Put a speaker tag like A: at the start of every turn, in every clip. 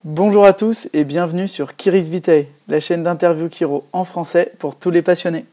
A: Bonjour à tous et bienvenue sur Kiris Vitae, la chaîne d'interview chiro en français pour tous les passionnés.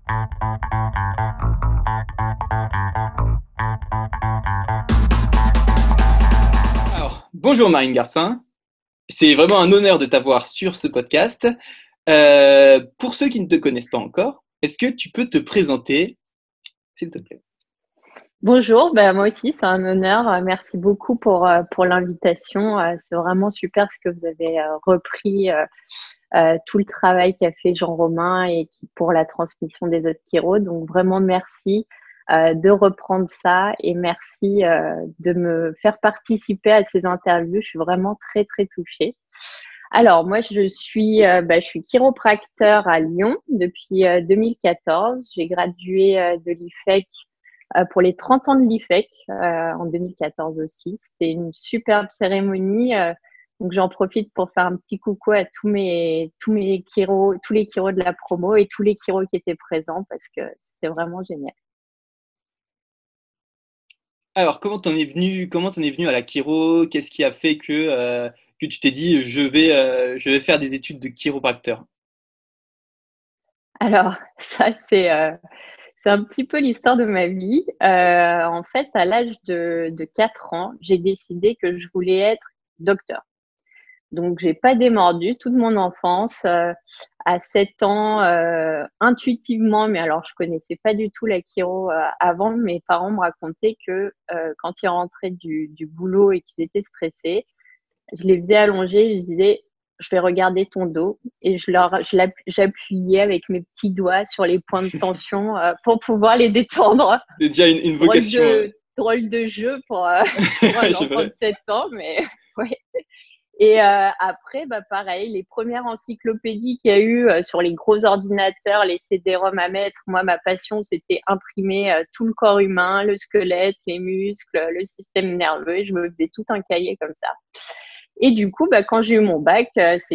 B: Alors, bonjour Marine Garcin, c'est vraiment un honneur de t'avoir sur ce podcast. Pour ceux qui ne te connaissent pas encore, est-ce que tu peux te présenter, s'il te plaît?
C: Bonjour, moi aussi c'est un honneur. Merci beaucoup pour l'invitation. C'est vraiment super ce que vous avez repris tout le travail qu'a fait Jean-Romain pour la transmission des autres chiro. Donc vraiment merci de reprendre ça et merci de me faire participer à ces interviews. Je suis vraiment très très touchée. Alors moi je suis chiropracteur à Lyon depuis 2014. J'ai gradué de l'IFEC pour les 30 ans de l'IFEC en 2014 aussi. C'était une superbe cérémonie. Donc j'en profite pour faire un petit coucou à tous mes chiros, tous les chiros de la promo et tous les chiros qui étaient présents parce que c'était vraiment génial.
B: Alors, comment t'en es venu à la chiro? Qu'est-ce qui a fait que tu t'es dit je vais faire des études de chiropracteur?
C: Alors ça c'est un petit peu l'histoire de ma vie. En fait, à l'âge de 4 ans, j'ai décidé que je voulais être docteur. Donc, j'ai pas démordu toute mon enfance. À 7 ans, intuitivement, mais alors je connaissais pas du tout la chiro avant. Mes parents me racontaient que quand ils rentraient du boulot et qu'ils étaient stressés, je les faisais allonger, je disais, je vais regarder ton dos et j'appuyais avec mes petits doigts sur les points de tension pour pouvoir les détendre.
B: C'est déjà une vocation.
C: Drôle de jeu pour un
B: C'est
C: enfant
B: vrai.
C: de 7 ans, mais ouais. Et après, pareil, les premières encyclopédies qu'il y a eu sur les gros ordinateurs, les CD-ROM à mettre. Moi, ma passion, c'était imprimer tout le corps humain, le squelette, les muscles, le système nerveux. Et je me faisais tout un cahier comme ça. Et du coup, quand j'ai eu mon bac,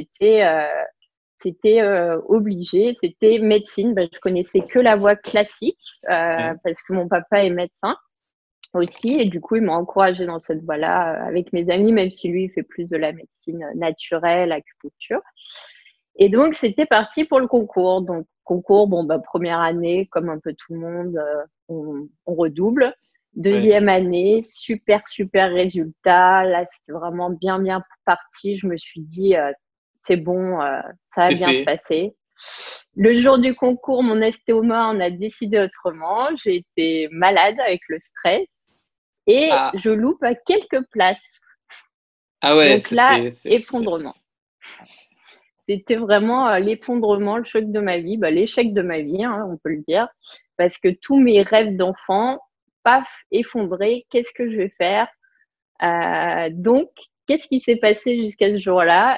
C: c'était obligé, c'était médecine. Je connaissais que la voie classique
B: Ouais.
C: parce que mon papa est médecin aussi. Et du coup, il m'a encouragée dans cette voie-là avec mes amis, même si lui, il fait plus de la médecine naturelle, acupuncture. Et donc, c'était parti pour le concours. Donc, concours, première année, comme un peu tout le monde, on redouble.
B: Ouais.
C: Deuxième année, super résultat. Là, c'était vraiment bien parti. Je me suis dit, c'est bon, ça va
B: C'est
C: bien se
B: fait.
C: passer. Le jour du concours, mon estomac en a décidé autrement. J'ai été malade avec le stress et
B: Ah,
C: je loupe à quelques places.
B: ah ouais,
C: Donc là, effondrement. C'était vraiment l'effondrement, le choc de ma vie, l'échec de ma vie, hein, on peut le dire, parce que tous mes rêves d'enfant, paf, effondrés. Qu'est-ce que je vais faire? Donc, qu'est-ce qui s'est passé jusqu'à ce jour-là?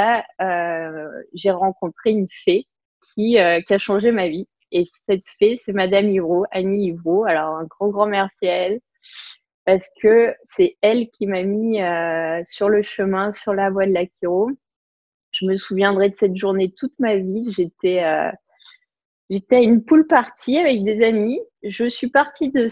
C: J'ai rencontré une fée qui a changé ma vie. Et cette fée, c'est Madame Ivraud, Annie Ivraud. Alors, un grand merci à elle, parce que c'est elle qui m'a mis sur le chemin, sur la voie de la chiro. Je me souviendrai de cette journée toute ma vie. J'étais à une pool party avec des amis. Je suis partie de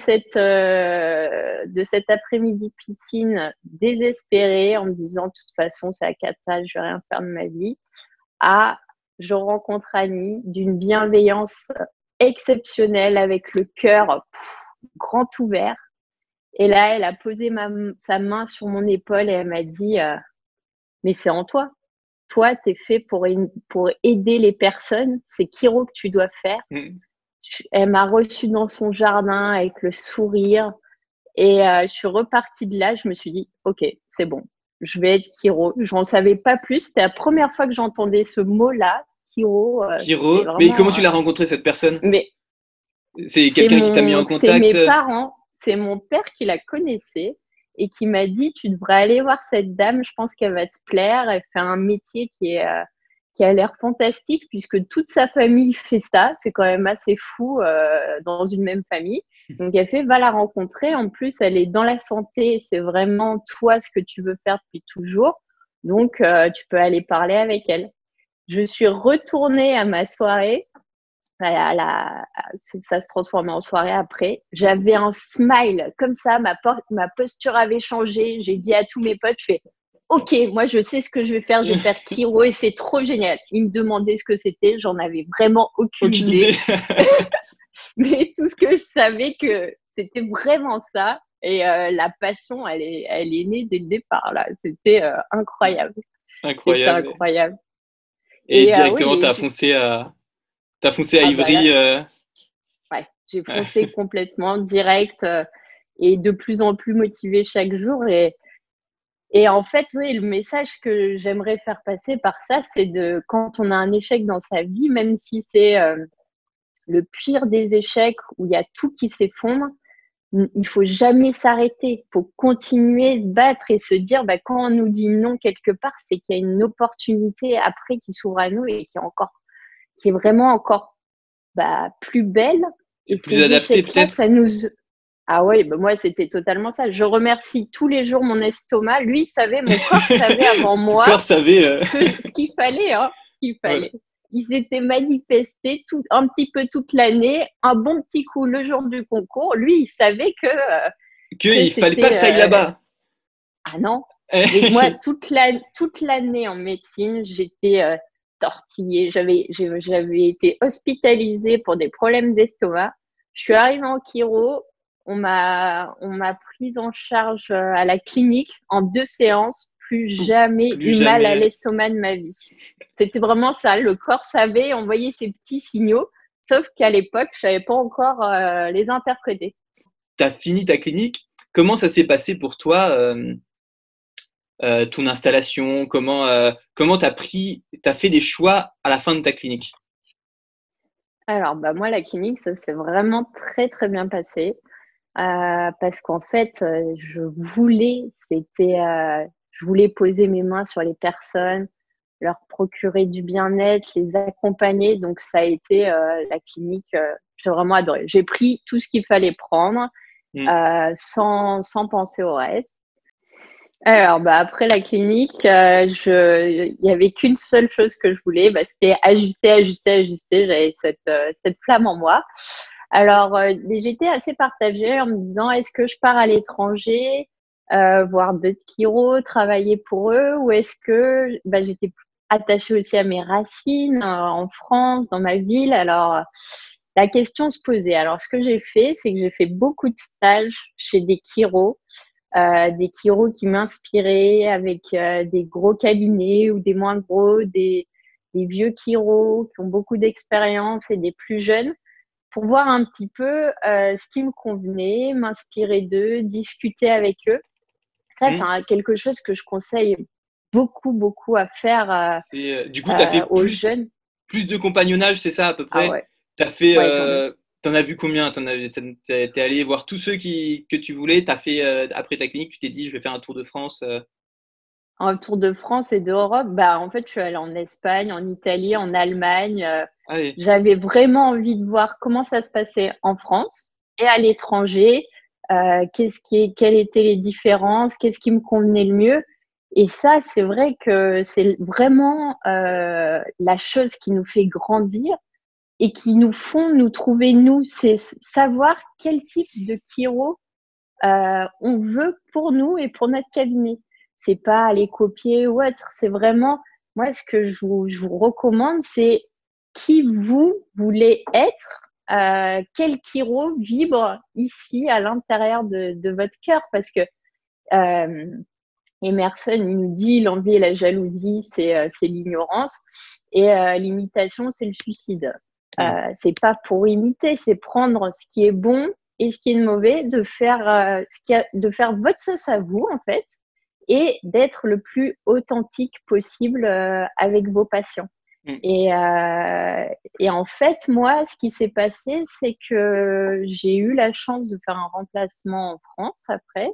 C: cet après-midi piscine désespérée en me disant de toute façon c'est à cata, je vais rien faire de ma vie. Je rencontre Annie d'une bienveillance exceptionnelle avec le cœur grand ouvert. Et là, elle a posé sa main sur mon épaule et elle m'a dit mais c'est en toi. Toi, tu es fait pour aider les personnes. C'est chiro que tu dois faire.
B: Mm.
C: Elle m'a reçue dans son jardin avec le sourire. Et je suis repartie de là. Je me suis dit, OK, c'est bon. Je vais être chiro. Je n'en savais pas plus. C'était la première fois que j'entendais ce mot-là, chiro. C'était
B: Chiro. Mais comment
C: vraiment.
B: tu l'as rencontré cette personne?
C: Mais
B: C'est quelqu'un qui t'a mis en
C: c'est
B: contact?
C: mes parents, c'est mon père qui la connaissait et qui m'a dit, tu devrais aller voir cette dame, je pense qu'elle va te plaire. Elle fait un métier qui a l'air fantastique puisque toute sa famille fait ça. C'est quand même assez fou dans une même famille. Donc elle fait, va la rencontrer. En plus, elle est dans la santé. C'est vraiment toi ce que tu veux faire depuis toujours. Donc tu peux aller parler avec elle. Je suis retournée à ma soirée ça se transformait en soirée après. J'avais un smile comme ça, ma posture avait changé. J'ai dit à tous mes potes, je fais, OK, moi, je sais ce que je vais faire. Je vais faire chiro et c'est trop génial. Il me demandait ce que c'était. J'en avais vraiment aucune
B: Aucune
C: idée.
B: idée.
C: Mais tout ce que je savais que c'était vraiment ça. Et la passion, elle est née dès le départ, là. C'était incroyable. C'était
B: Incroyable.
C: incroyable.
B: Et
C: Oui,
B: directement, t'as foncé à
C: ah bah là,
B: Ivry.
C: ouais, j'ai
B: Ouais.
C: foncé complètement direct et de plus en plus motivée chaque jour. Et en fait, oui, le message que j'aimerais faire passer par ça, c'est de quand on a un échec dans sa vie, même si c'est le pire des échecs où il y a tout qui s'effondre, il faut jamais s'arrêter. Il faut continuer, se battre et se dire, bah, quand on nous dit non quelque part, c'est qu'il y a une opportunité après qui s'ouvre à nous et qui est vraiment encore plus belle. Et
B: Plus
C: ces
B: adapté
C: échecs-là,
B: peut-être.
C: ça nous… Ah ouais, bah moi, c'était totalement ça. Je remercie tous les jours mon estomac. Lui, il savait, mon corps savait avant
B: Ton
C: moi
B: corps savait.
C: ce qu'il fallait, hein, ce qu'il
B: Voilà.
C: fallait. Il s'était manifesté un petit peu toute l'année, un bon petit coup le jour du concours. Lui, il savait que
B: Il fallait pas que
C: c'était…
B: t'ailles là-bas.
C: Ah non, mais moi, toute l'année en médecine, j'étais tortillée. J'avais été hospitalisée pour des problèmes d'estomac. Je suis arrivée en chiro. On m'a prise en charge à la clinique en 2 séances. Plus jamais
B: Plus
C: eu mal à
B: jamais.
C: l'estomac de ma vie. C'était vraiment ça. Le corps savait, on voyait ces petits signaux. Sauf qu'à l'époque, je savais pas encore les interpréter.
B: T'as fini ta clinique. Comment ça s'est passé pour toi, ton installation? Comment t'as fait des choix à la fin de ta clinique?
C: Alors, moi, la clinique, ça s'est vraiment très, très bien passé. Parce qu'en fait, je voulais poser mes mains sur les personnes, leur procurer du bien-être, les accompagner. Donc, ça a été la clinique, j'ai vraiment adoré. J'ai pris tout ce qu'il fallait prendre sans penser au reste. Alors, après la clinique, il y avait qu'une seule chose que je voulais, c'était ajuster, ajuster, ajuster. J'avais cette flamme en moi. Alors, j'étais assez partagée en me disant, est-ce que je pars à l'étranger, voir d'autres chiros, travailler pour eux, ou est-ce que j'étais attachée aussi à mes racines en France, dans ma ville. Alors, la question se posait. Alors, ce que j'ai fait, c'est que j'ai fait beaucoup de stages chez des chiros qui m'inspiraient avec des gros cabinets ou des moins gros, des vieux chiros qui ont beaucoup d'expérience et des plus jeunes pour voir un petit peu ce qui me convenait, m'inspirer d'eux, discuter avec eux. Ça, c'est quelque chose que je conseille beaucoup, beaucoup à faire
B: Du coup, t'as fait
C: aux jeunes.
B: plus de compagnonnage, c'est ça à peu
C: Ah
B: près?
C: ouais,
B: T'as fait,
C: ouais, j'en ai.
B: t'en as vu combien? T'es allé voir tous ceux que tu voulais. T'as fait après ta clinique, tu t'es dit, je vais faire un tour de France.
C: Un tour de France et d'Europe, en fait, je suis allée en Espagne, en Italie, en Allemagne.
B: Allez.
C: J'avais vraiment envie de voir comment ça se passait en France et à l'étranger. Quelles étaient les différences, qu'est-ce qui me convenait le mieux. Et ça, c'est vrai que c'est vraiment la chose qui nous fait grandir et qui nous font nous trouver nous. C'est savoir quel type de chiro on veut pour nous et pour notre cabinet. C'est pas aller copier ou autre. C'est vraiment, moi, ce que je vous recommande, c'est qui vous voulez être, quel chiro vibre ici à l'intérieur de votre cœur. Parce que Emerson, il nous dit l'envie et la jalousie, c'est l'ignorance. Et l'imitation, c'est le suicide. C'est pas pour imiter, c'est prendre ce qui est bon et ce qui est mauvais, de faire votre sauce à vous, en fait, et d'être le plus authentique possible avec vos patients. Et en fait, moi, ce qui s'est passé, c'est que j'ai eu la chance de faire un remplacement en France après,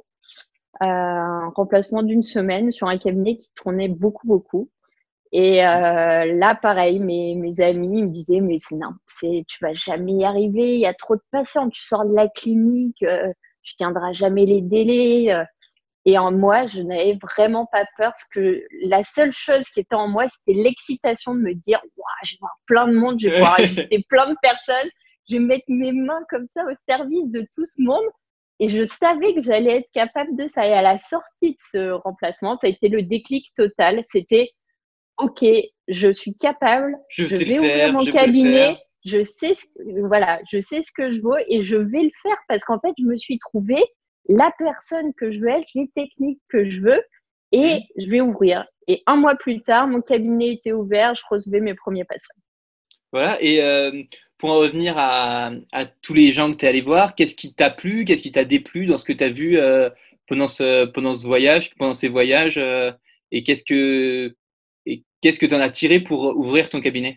C: un remplacement d'une semaine sur un cabinet qui tournait beaucoup, beaucoup. Et là, pareil, mes amis me disaient, mais tu vas jamais y arriver, il y a trop de patients, tu sors de la clinique, tu tiendras jamais les délais. Et en moi, je n'avais vraiment pas peur parce que la seule chose qui était en moi, c'était l'excitation de me dire, waouh, je vais voir plein de monde, je vais pouvoir ajuster plein de personnes, je vais mettre mes mains comme ça au service de tout ce monde. Et je savais que j'allais être capable de ça. Et à la sortie de ce remplacement, ça a été le déclic total. C'était OK, je suis capable,
B: Je
C: je
B: sais le
C: vais ouvrir
B: faire,
C: mon
B: je peux le faire.
C: cabinet, voilà, je sais ce que je vaux et je vais le faire parce qu'en fait, je me suis trouvé la personne que je veux être, les techniques que je veux et je vais ouvrir. Et 1 mois plus tard, mon cabinet était ouvert, je recevais mes premiers patients.
B: Voilà. Et pour en revenir à tous les gens que tu es allé voir, qu'est-ce qui t'a plu, qu'est-ce qui t'a déplu dans ce que tu as vu pendant ce voyage, pendant ces voyages, et qu'est-ce que tu en as tiré pour ouvrir ton cabinet?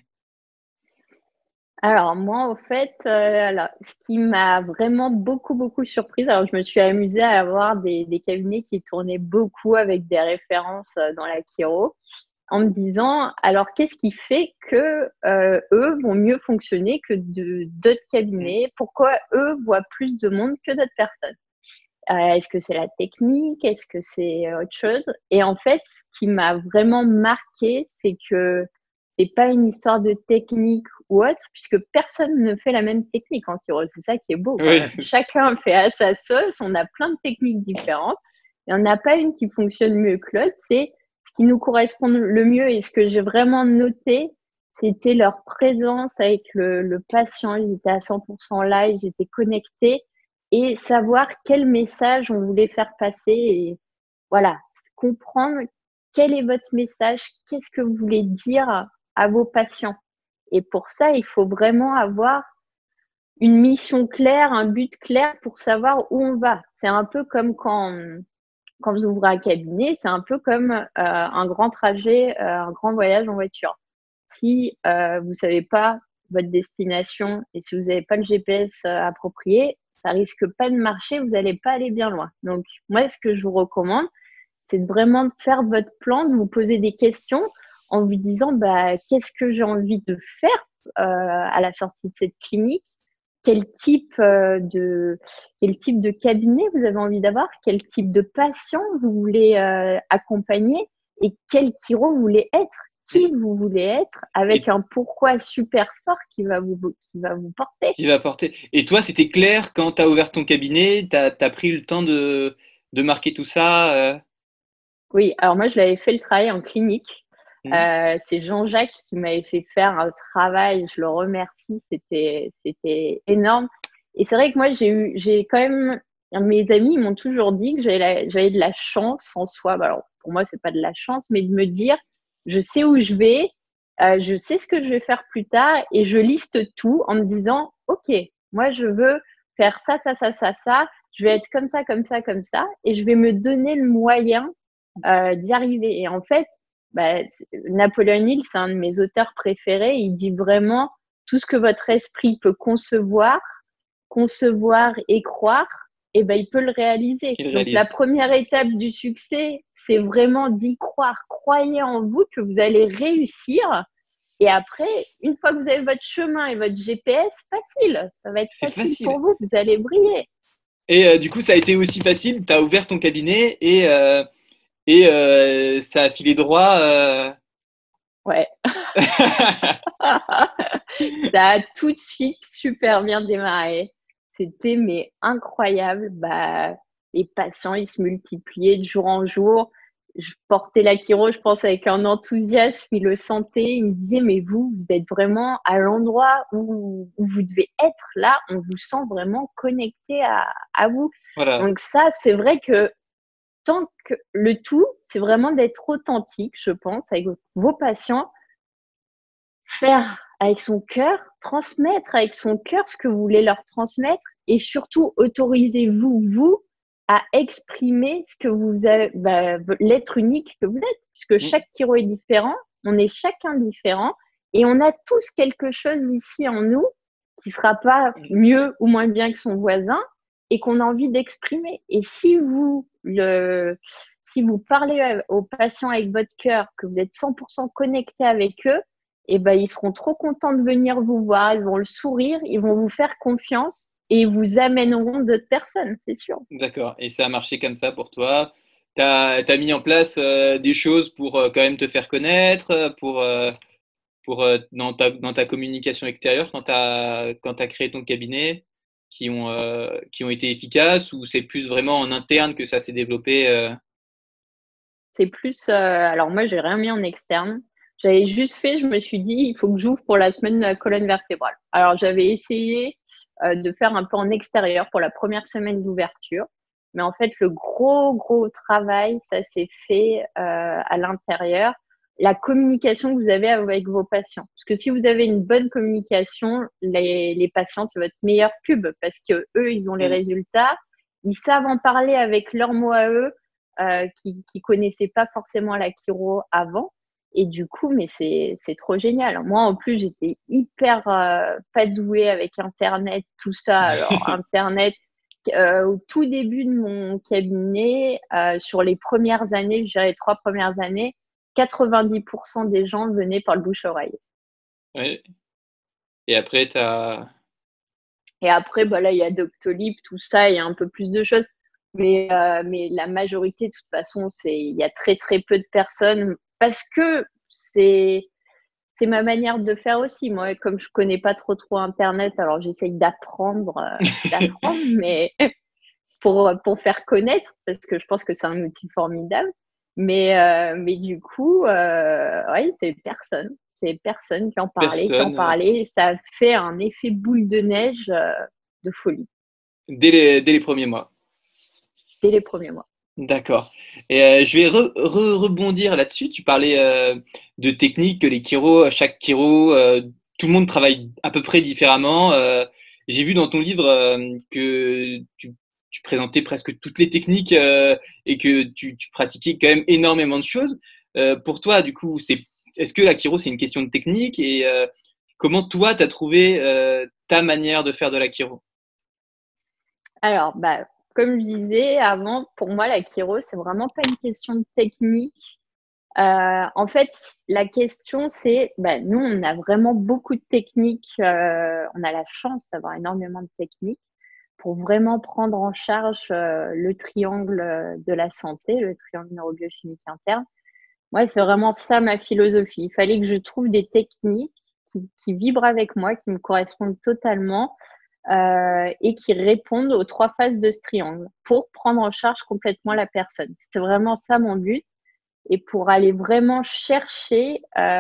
C: Alors moi, au fait, alors, ce qui m'a vraiment beaucoup, beaucoup surprise, alors je me suis amusée à avoir des cabinets qui tournaient beaucoup avec des références dans la chiro, en me disant, alors qu'est-ce qui fait que eux vont mieux fonctionner que d'autres
B: Mm.
C: cabinets? Pourquoi eux voient plus de monde que d'autres personnes? Est-ce que c'est la technique? Est-ce que c'est autre chose? Et en fait, ce qui m'a vraiment marqué, c'est que c'est pas une histoire de technique ou autre, puisque personne ne fait la même technique en chiro. C'est ça qui est beau quand
B: Oui,
C: même. Chacun fait à sa sauce. On a plein de techniques différentes. Il n'y en a pas une qui fonctionne mieux que l'autre. C'est ce qui nous correspond le mieux. Et ce que j'ai vraiment noté, c'était leur présence avec le patient. Ils étaient à 100% là, ils étaient connectés et savoir quel message on voulait faire passer et voilà, comprendre quel est votre message, qu'est-ce que vous voulez dire à vos patients. Et pour ça, il faut vraiment avoir une mission claire, un but clair pour savoir où on va. C'est un peu comme quand vous ouvrez un cabinet, c'est un peu comme un grand trajet, un grand voyage en voiture. Si vous savez pas votre destination et si vous n'avez pas le GPS approprié, ça risque pas de marcher, vous n'allez pas aller bien loin. Donc moi, ce que je vous recommande, c'est vraiment de faire votre plan, de vous poser des questions en vous disant bah, qu'est-ce que j'ai envie de faire à la sortie de cette clinique, quel type de cabinet vous avez envie d'avoir, quel type de patient vous voulez accompagner et quel chiro vous voulez être, qui vous voulez être, avec
B: et
C: un pourquoi super fort qui va vous porter.
B: qui va apporter. Et toi, c'était clair quand tu as ouvert ton cabinet, tu as pris le temps de marquer tout ça.
C: Oui, alors moi je l'avais fait le travail en clinique.
B: Hmm.
C: C'est Jean-Jacques qui m'avait fait faire un travail, je le remercie, c'était énorme. Et c'est vrai que moi j'ai quand même, mes amis m'ont toujours dit que j'avais de la chance en soi. Bah, alors pour moi c'est pas de la chance, mais de me dire, je sais où je vais, je sais ce que je vais faire plus tard et je liste tout en me disant, ok, moi je veux faire ça, ça, ça, ça, ça. Je vais être comme ça, comme ça, comme ça, et je vais me donner le moyen d'y arriver. Et en fait, bah, Napoléon Hill, c'est un de mes auteurs préférés. Il dit vraiment tout ce que votre esprit peut concevoir et croire, et ben il peut le réaliser.
B: Qu'il
C: Donc la
B: réalise.
C: première étape du succès, c'est vraiment d'y croire. Croyez en vous que vous allez réussir. Et après, une fois que vous avez votre chemin et votre GPS, facile. Ça va être
B: C'est
C: facile pour
B: facile.
C: vous. Vous allez briller.
B: Et du coup, ça a été aussi facile. Tu as ouvert ton cabinet et ça a filé droit.
C: Ouais. Ça a tout de suite super bien démarré. C'était mais incroyable. Bah, les patients, ils se multipliaient de jour en jour. Je portais la chiro, je pense, avec un enthousiasme. Ils le sentaient. Ils me disaient, mais vous êtes vraiment à l'endroit où vous devez être là. On vous sent vraiment connecté à vous.
B: Voilà.
C: Donc ça, c'est vrai que tant que le tout, c'est vraiment d'être authentique, je pense, avec vos patients, faire avec son cœur, transmettre avec son cœur ce que vous voulez leur transmettre et surtout autorisez-vous, vous, à exprimer ce que vous avez, bah, l'être unique que vous êtes, puisque
B: Mm.
C: chaque chiro est différent, on est chacun différent et on a tous quelque chose ici en nous qui sera pas mieux ou moins bien que son voisin et qu'on a envie d'exprimer. Et si vous parlez aux patients avec votre cœur, que vous êtes 100% connecté avec eux, et ben, ils seront trop contents de venir vous voir, ils vont le sourire, ils vont vous faire confiance et ils vous amèneront d'autres personnes, c'est sûr.
B: D'accord. Et ça a marché comme ça pour toi. Tu as mis en place des choses pour quand même te faire connaître, dans ta communication extérieure quand tu as créé ton cabinet. qui ont été efficaces ou c'est plus vraiment en interne que ça s'est développé
C: C'est plus, alors moi, j'ai rien mis en externe. J'avais juste fait, je me suis dit, il faut que j'ouvre pour la semaine de la colonne vertébrale. Alors, j'avais essayé de faire un peu en extérieur pour la première semaine d'ouverture. Mais en fait, le gros travail, ça s'est fait à l'intérieur. La communication que vous avez avec vos patients. Parce que si vous avez une bonne communication, les patients, c'est votre meilleure pub parce que eux, ils ont les résultats. Ils savent en parler avec leurs mots à eux, qui connaissaient pas forcément la chiro avant. Et du coup, mais c'est trop génial. Moi, en plus, j'étais hyper pas douée avec Internet, tout ça. Alors, Internet, au tout début de mon cabinet, sur les premières années, je dirais les 3 premières années, 90% des gens venaient par le bouche-oreille.
B: Ouais. Et après,
C: Et après, bah là, il y a Doctolib, tout ça, il y a un peu plus de choses. Mais la majorité, de toute façon, il y a très peu de personnes parce que c'est ma manière de faire aussi. Moi, comme je connais pas trop Internet, alors j'essaye d'apprendre, mais pour faire connaître, parce que je pense que c'est un outil formidable. Mais du coup, ouais, c'est personne. C'est personne qui en parlait,
B: personne
C: Et ça fait un effet boule de neige de folie
B: dès les premiers mois.
C: dès les premiers mois.
B: D'accord. Et je vais rebondir là-dessus. Tu parlais de techniques, que les chiros, chaque chiro, tout le monde travaille à peu près différemment. J'ai vu dans ton livre que tu présentais presque toutes les techniques et que tu pratiquais quand même énormément de choses. Pour toi, du coup, est-ce que la chiro, c'est une question de technique et comment toi, tu as trouvé ta manière de faire de la chiro?
C: Alors, bah, comme je disais avant, pour moi, la chiro, c'est vraiment pas une question de technique. En fait, la question, c'est, bah, nous, on a vraiment beaucoup de techniques. On a la chance d'avoir énormément de techniques pour vraiment prendre en charge le triangle de la santé, le triangle neurobiochimique interne. Moi, c'est vraiment ça ma philosophie. Il fallait que je trouve des techniques qui vibrent avec moi, qui me correspondent totalement et qui répondent aux 3 phases de ce triangle pour prendre en charge complètement la personne. C'était vraiment ça mon but. Et pour aller vraiment chercher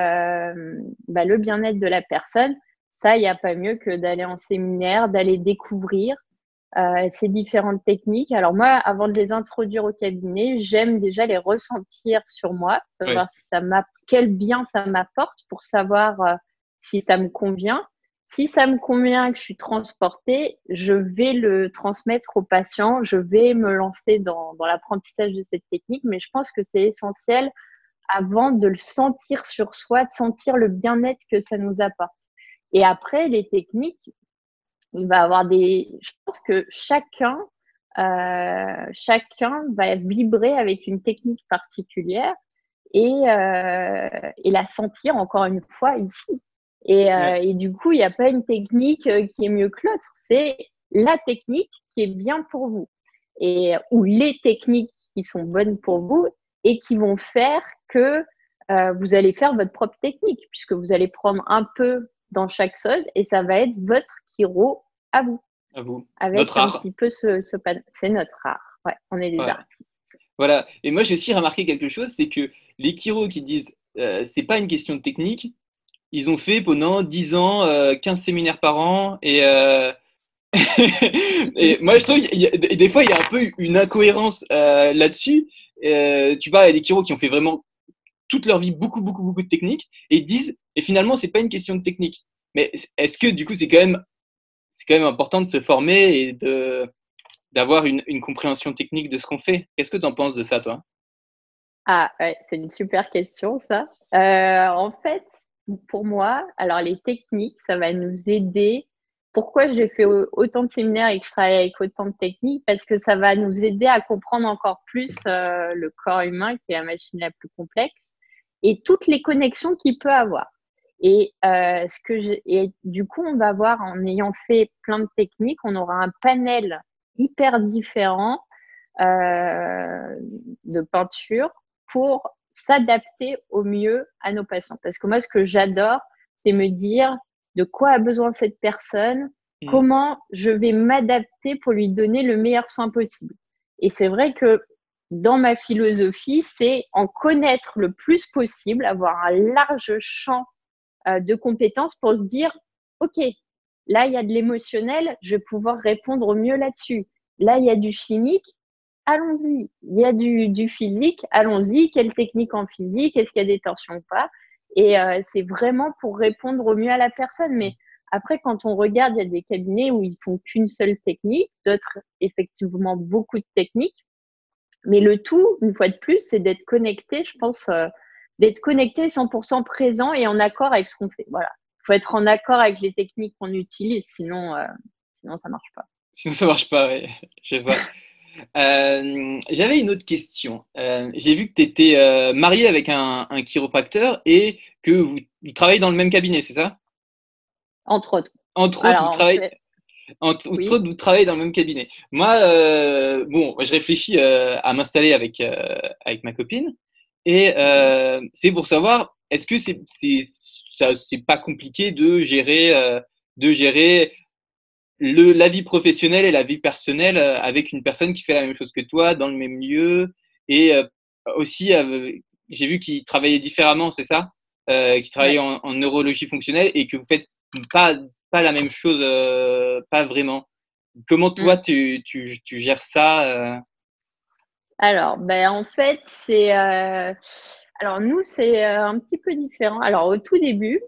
C: le bien-être de la personne, ça, il n'y a pas mieux que d'aller en séminaire, d'aller découvrir ces différentes techniques. Alors moi, avant de les introduire au cabinet, j'aime déjà les ressentir sur moi, savoir si quel bien ça m'apporte pour savoir si ça me convient. Si ça me convient, que je suis transportée, je vais le transmettre au patient, je vais me lancer dans l'apprentissage de cette technique, mais je pense que c'est essentiel avant de le sentir sur soi, de sentir le bien-être que ça nous apporte. Et après, les techniques, il va avoir je pense que chacun va vibrer avec une technique particulière et la sentir encore une fois ici. Et du coup, il n'y a pas une technique qui est mieux que l'autre. C'est la technique qui est bien pour vous ou les techniques qui sont bonnes pour vous et qui vont faire que vous allez faire votre propre technique puisque vous allez prendre un peu dans chaque chose et ça va être votre chiro à vous.
B: À vous.
C: Avec
B: Notre art.
C: petit peu c'est notre art. Ouais, on est des artistes.
B: Voilà. Et moi, j'ai aussi remarqué quelque chose, c'est que les chiros qui disent c'est pas une question de technique, ils ont fait pendant 10 ans 15 séminaires par an et moi, je trouve des fois, il y a un peu une incohérence là-dessus. Tu parles à des chiros qui ont fait vraiment toute leur vie beaucoup de techniques et disent, et finalement, c'est pas une question de technique. Mais est-ce que du coup, c'est quand même important de se former et d'avoir une compréhension technique de ce qu'on fait? Qu'est-ce que tu en penses de ça, toi?
C: Ah, ouais, c'est une super question, ça. En fait, pour moi, alors les techniques, ça va nous aider. Pourquoi j'ai fait autant de séminaires et que je travaille avec autant de techniques? Parce que ça va nous aider à comprendre encore plus le corps humain, qui est la machine la plus complexe, et toutes les connexions qu'il peut avoir. Et du coup, on va voir, en ayant fait plein de techniques, on aura un panel hyper différent de peinture pour s'adapter au mieux à nos patients. Parce que moi, ce que j'adore, c'est me dire de quoi a besoin cette personne comment je vais m'adapter pour lui donner le meilleur soin possible. Et c'est vrai que dans ma philosophie, c'est en connaître le plus possible, avoir un large champ de compétences pour se dire, OK, là, il y a de l'émotionnel, je vais pouvoir répondre au mieux là-dessus. Là, il y a du chimique, allons-y. Il y a du physique, allons-y. Quelle technique en physique? Est-ce qu'il y a des torsions ou pas? Et c'est vraiment pour répondre au mieux à la personne. Mais après, quand on regarde, il y a des cabinets où ils font qu'une seule technique, d'autres, effectivement, beaucoup de techniques. Mais le tout, une fois de plus, c'est d'être connecté, je pense, d'être connecté 100% présent et en accord avec ce qu'on fait. Voilà. Il faut être en accord avec les techniques qu'on utilise, sinon ça marche pas.
B: Sinon, ça marche pas, ouais. Je vois. J'avais une autre question. J'ai vu que tu étais marié avec un chiropracteur et que vous travaillez dans le même cabinet, c'est ça?
C: Entre autres.
B: Entre autres,
C: Alors,
B: entre autres, vous travaillez dans le même cabinet. Moi, bon, je réfléchis à m'installer avec ma copine et c'est pour savoir, est-ce que c'est pas compliqué de gérer la vie professionnelle et la vie personnelle avec une personne qui fait la même chose que toi, dans le même lieu. Et aussi, j'ai vu qu'ils travaillaient différemment, c'est ça? Qu'ils travaillaient en neurologie fonctionnelle et que vous faites pas la même chose, pas vraiment. Comment toi, tu gères ça?
C: Alors, ben, en fait, alors nous, c'est un petit peu différent. Alors, au tout début,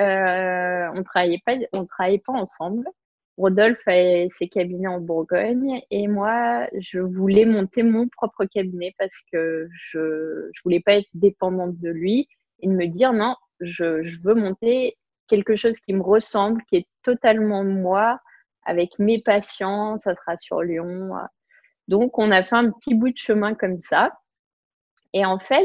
C: on travaillait pas ensemble. Rodolphe avait ses cabinets en Bourgogne et moi, je voulais monter mon propre cabinet parce que je voulais pas être dépendante de lui et de me dire non, je veux monter quelque chose qui me ressemble, qui est totalement moi, avec mes patients, ça sera sur Lyon. Donc, on a fait un petit bout de chemin comme ça. Et en fait,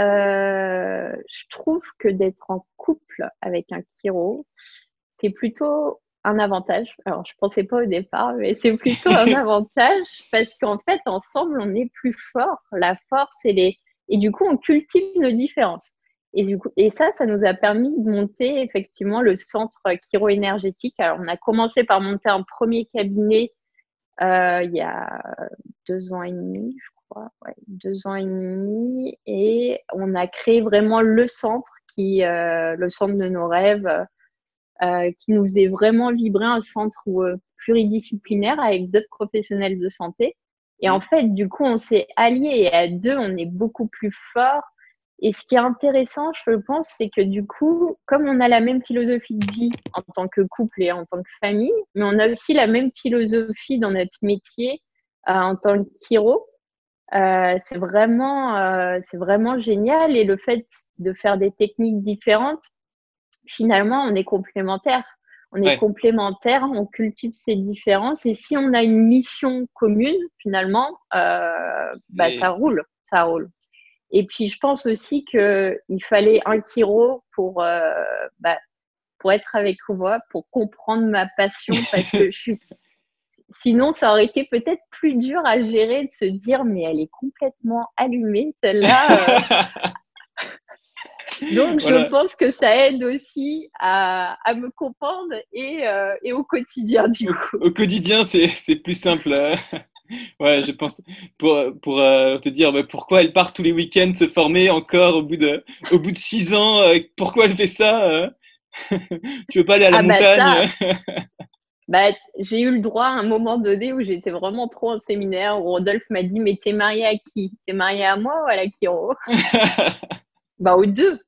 C: je trouve que d'être en couple avec un chiro, c'est plutôt un avantage. Alors, je pensais pas au départ, mais c'est plutôt un avantage parce qu'en fait, ensemble, on est plus fort. La force et du coup, on cultive nos différences. Et ça nous a permis de monter effectivement le centre chiro-énergétique. Alors, on a commencé par monter un premier cabinet il y a 2 ans et demi, je crois. Ouais, 2 ans et demi. Et on a créé vraiment le centre le centre de nos rêves, qui nous faisait vraiment vibrer, un centre pluridisciplinaire avec d'autres professionnels de santé. Et en fait, du coup, on s'est alliés et à deux, on est beaucoup plus forts. Et ce qui est intéressant, je pense, c'est que du coup, comme on a la même philosophie de vie en tant que couple et en tant que famille, mais on a aussi la même philosophie dans notre métier en tant que chiro, c'est vraiment génial. Et le fait de faire des techniques différentes, finalement, on est complémentaires. On cultive ces différences. Et si on a une mission commune, finalement, ça roule. Et puis, je pense aussi qu'il fallait un chiro pour être avec moi, pour comprendre ma passion, parce que sinon, ça aurait été peut-être plus dur à gérer de se dire, mais elle est complètement allumée, celle-là. Donc,
B: Voilà.
C: je pense que ça aide aussi à me comprendre et au quotidien, du coup.
B: Au quotidien, c'est plus simple. Ouais, je pense pour te dire pourquoi elle part tous les week-ends se former encore au bout de 6 ans. Pourquoi elle fait ça? Tu veux pas aller à la montagne?
C: J'ai eu le droit à un moment donné où j'étais vraiment trop en séminaire, où Rodolphe m'a dit, mais t'es mariée à qui? T'es mariée à moi ou à la chiro? Aux deux.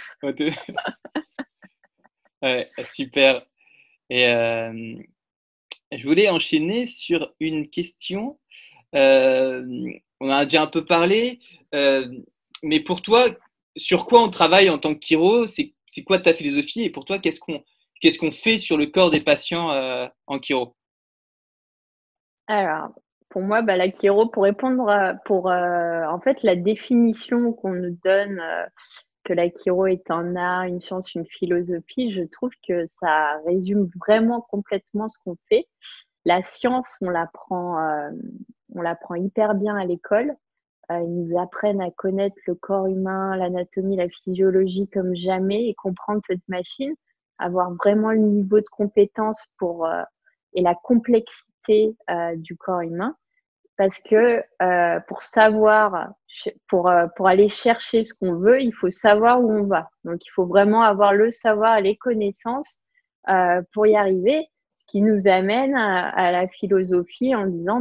B: Ouais, super. Et je voulais enchaîner sur une question. On en a déjà un peu parlé, mais pour toi, sur quoi on travaille en tant que chiro? C'est quoi ta philosophie? Et pour toi, qu'est-ce qu'on fait sur le corps des patients en chiro?
C: Alors, pour moi, la chiro, pour répondre en fait, la définition qu'on nous donne, que la chiro est un art, une science, une philosophie, je trouve que ça résume vraiment complètement ce qu'on fait. La science, on l'apprend hyper bien à l'école. Ils nous apprennent à connaître le corps humain, l'anatomie, la physiologie comme jamais et comprendre cette machine, avoir vraiment le niveau de compétence pour et la complexité du corps humain. Parce que pour aller chercher ce qu'on veut, il faut savoir où on va. Donc, il faut vraiment avoir le savoir et les connaissances pour y arriver, ce qui nous amène à la philosophie en disant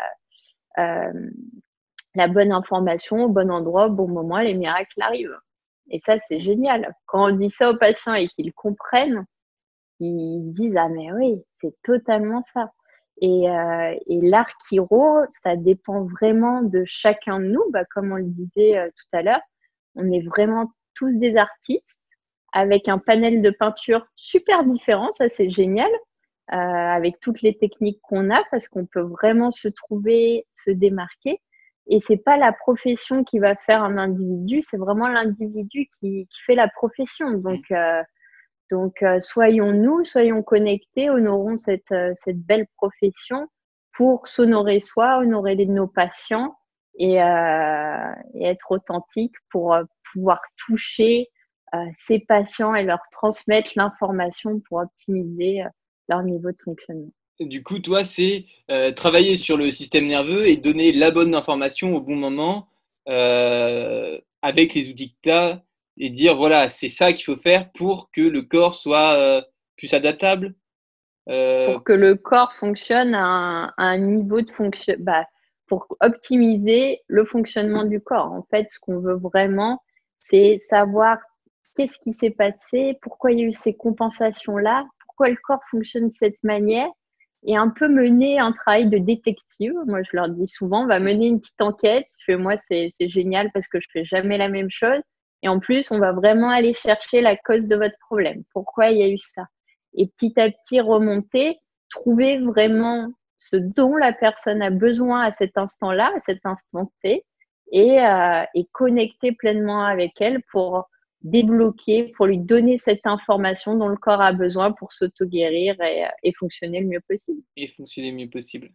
C: la bonne information au bon endroit, au bon moment, les miracles arrivent. Et ça, c'est génial. Quand on dit ça aux patients et qu'ils comprennent, ils se disent ah mais oui, c'est totalement ça. Et l'art chiro, ça dépend vraiment de chacun de nous. Comme on le disait tout à l'heure, on est vraiment tous des artistes avec un panel de peinture super différent. Ça, c'est génial, avec toutes les techniques qu'on a, parce qu'on peut vraiment se trouver, se démarquer. Et c'est pas la profession qui va faire un individu, c'est vraiment l'individu qui fait la profession. Donc, soyons connectés, honorons cette belle profession pour s'honorer soi, honorer nos patients et être authentique pour pouvoir toucher ces patients et leur transmettre l'information pour optimiser leur niveau de fonctionnement.
B: Du coup, toi, c'est travailler sur le système nerveux et donner la bonne information au bon moment avec les outils que tu as et dire, voilà, c'est ça qu'il faut faire pour que le corps soit plus adaptable.
C: Pour que le corps fonctionne à un niveau de fonction, pour optimiser le fonctionnement du corps. En fait, ce qu'on veut vraiment, c'est savoir qu'est-ce qui s'est passé, pourquoi il y a eu ces compensations-là, pourquoi le corps fonctionne de cette manière, et un peu mener un travail de détective. Moi, je leur dis souvent, on va mener une petite enquête. Moi, c'est génial parce que je fais jamais la même chose. Et en plus, on va vraiment aller chercher la cause de votre problème. Pourquoi il y a eu ça? Et petit à petit remonter, trouver vraiment ce dont la personne a besoin à cet instant-là, à cet instant T, et connecter pleinement avec elle pour débloquer, pour lui donner cette information dont le corps a besoin pour s'auto-guérir et fonctionner le mieux possible.
B: Et fonctionner le mieux possible.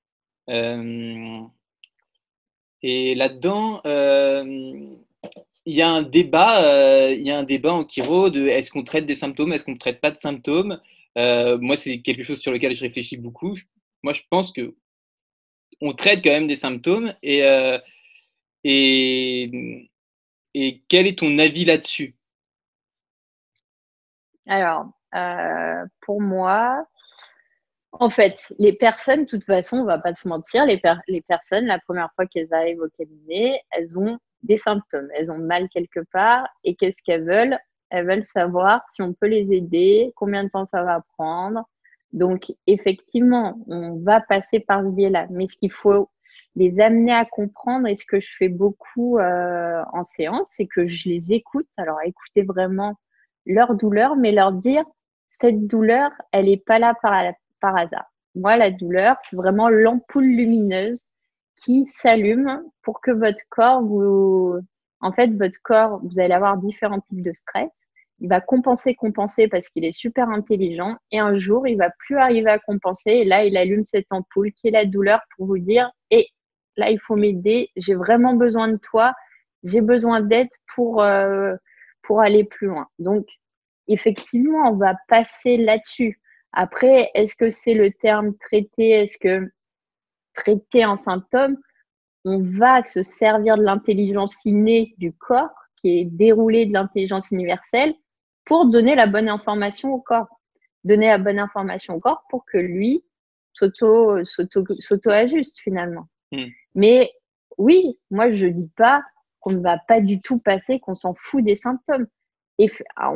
B: Et là-dedans, il y a un débat en chiro de est-ce qu'on traite des symptômes, est-ce qu'on ne traite pas de symptômes. Moi, c'est quelque chose sur lequel je réfléchis beaucoup. Moi, je pense que on traite quand même des symptômes et quel est ton avis là-dessus?
C: Alors, pour moi, en fait, les personnes, de toute façon, on va pas se mentir, les personnes, la première fois qu'elles arrivent au cabinet, elles ont des symptômes. Elles ont mal quelque part et qu'est-ce qu'elles veulent? Elles veulent savoir si on peut les aider, combien de temps ça va prendre. Donc, effectivement, on va passer par ce biais-là. Mais ce qu'il faut les amener à comprendre, et ce que je fais beaucoup en séance, c'est que je les écoute. Alors, écouter vraiment leur douleur, mais leur dire, cette douleur, elle n'est pas là par hasard. Moi, la douleur, c'est vraiment l'ampoule lumineuse qui s'allume pour que votre corps votre corps, vous allez avoir différents types de stress. Il va compenser parce qu'il est super intelligent. Et un jour, il va plus arriver à compenser. Et là, il allume cette ampoule qui est la douleur pour vous dire, là, il faut m'aider. J'ai vraiment besoin de toi. J'ai besoin d'aide pour aller plus loin. Donc, effectivement, on va passer là-dessus. Après, est-ce que c'est le terme traité? Est-ce que traiter un symptôme, on va se servir de l'intelligence innée du corps, qui est déroulée de l'intelligence universelle, pour donner la bonne information au corps. Donner la bonne information au corps pour que lui s'auto-ajuste finalement. Mais oui, moi, je dis pas qu'on ne va pas du tout passer, qu'on s'en fout des symptômes. Et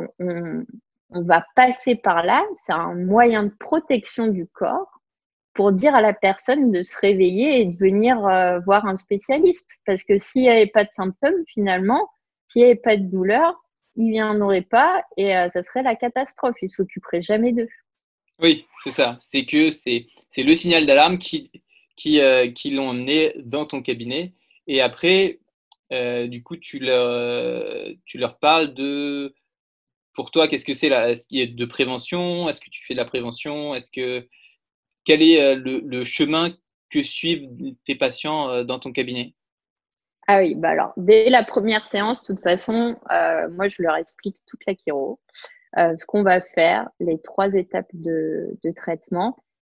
C: on va passer par là, c'est un moyen de protection du corps pour dire à la personne de se réveiller et de venir voir un spécialiste. Parce que s'il n'y avait pas de symptômes, finalement, s'il n'y avait pas de douleur, il n'y en aurait pas et ça serait la catastrophe. Il ne s'occuperait jamais d'eux.
B: Oui, c'est ça. C'est que c'est le signal d'alarme qui l'ont emmené dans ton cabinet. Et après, du coup, tu leur parles de, pour toi, qu'est-ce que c'est là? Est-ce qu'il y a de prévention? Est-ce que tu fais de la prévention? Quel est le chemin que suivent tes patients dans ton cabinet?
C: Ah oui, alors, dès la première séance, de toute façon, moi, je leur explique toute la chiro, ce qu'on va faire, les 3 étapes de traitement.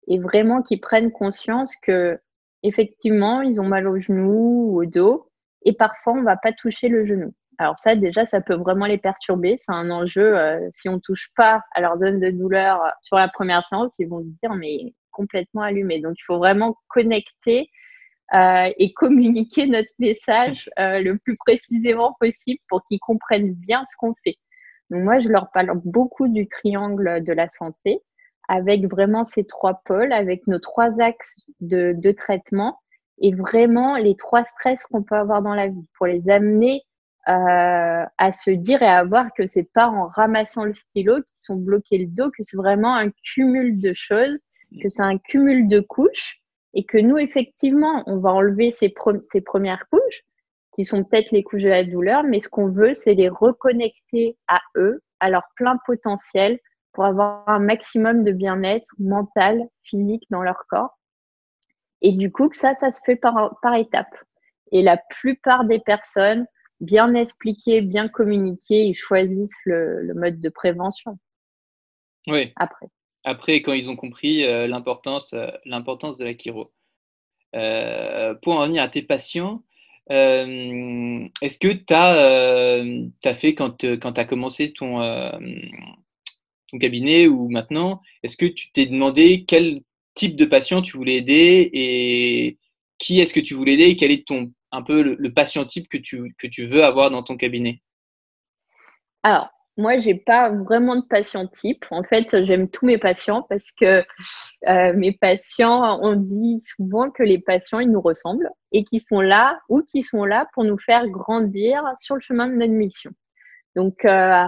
C: et vraiment qu'ils prennent conscience que effectivement, ils ont mal au genou ou au dos et parfois on va pas toucher le genou. Alors ça, déjà, ça peut vraiment les perturber. C'est un enjeu. Si on touche pas à leur zone de douleur sur la première séance, ils vont se dire mais complètement allumé. Donc il faut vraiment connecter et communiquer notre message le plus précisément possible pour qu'ils comprennent bien ce qu'on fait. Donc moi, je leur parle beaucoup du triangle de la santé avec vraiment ces 3 pôles, avec nos 3 axes de traitement et vraiment les 3 stress qu'on peut avoir dans la vie pour les amener à se dire et à voir que c'est pas en ramassant le stylo qu'ils sont bloqués le dos, que c'est vraiment un cumul de choses, que c'est un cumul de couches et que nous, effectivement, on va enlever ces premières couches qui sont peut-être les couches de la douleur, mais ce qu'on veut, c'est les reconnecter à eux, à leur plein potentiel pour avoir un maximum de bien-être mental, physique dans leur corps. Et du coup, que ça se fait par étapes. Et la plupart des personnes, bien expliquées, bien communiquées, ils choisissent le mode de prévention.
B: Oui.
C: Après.
B: Après, quand ils ont compris l'importance de la chiro. Pour en revenir à tes patients, est-ce que tu as fait quand tu as commencé ton cabinet ou maintenant, est-ce que tu t'es demandé quel type de patient tu voulais aider et qui est-ce que tu voulais aider et quel est un peu le patient type que tu veux avoir dans ton cabinet?
C: Alors, moi, j'ai pas vraiment de patient type. En fait, j'aime tous mes patients parce que mes patients, on dit souvent que les patients, ils nous ressemblent et qu'ils sont là pour nous faire grandir sur le chemin de notre mission. Donc,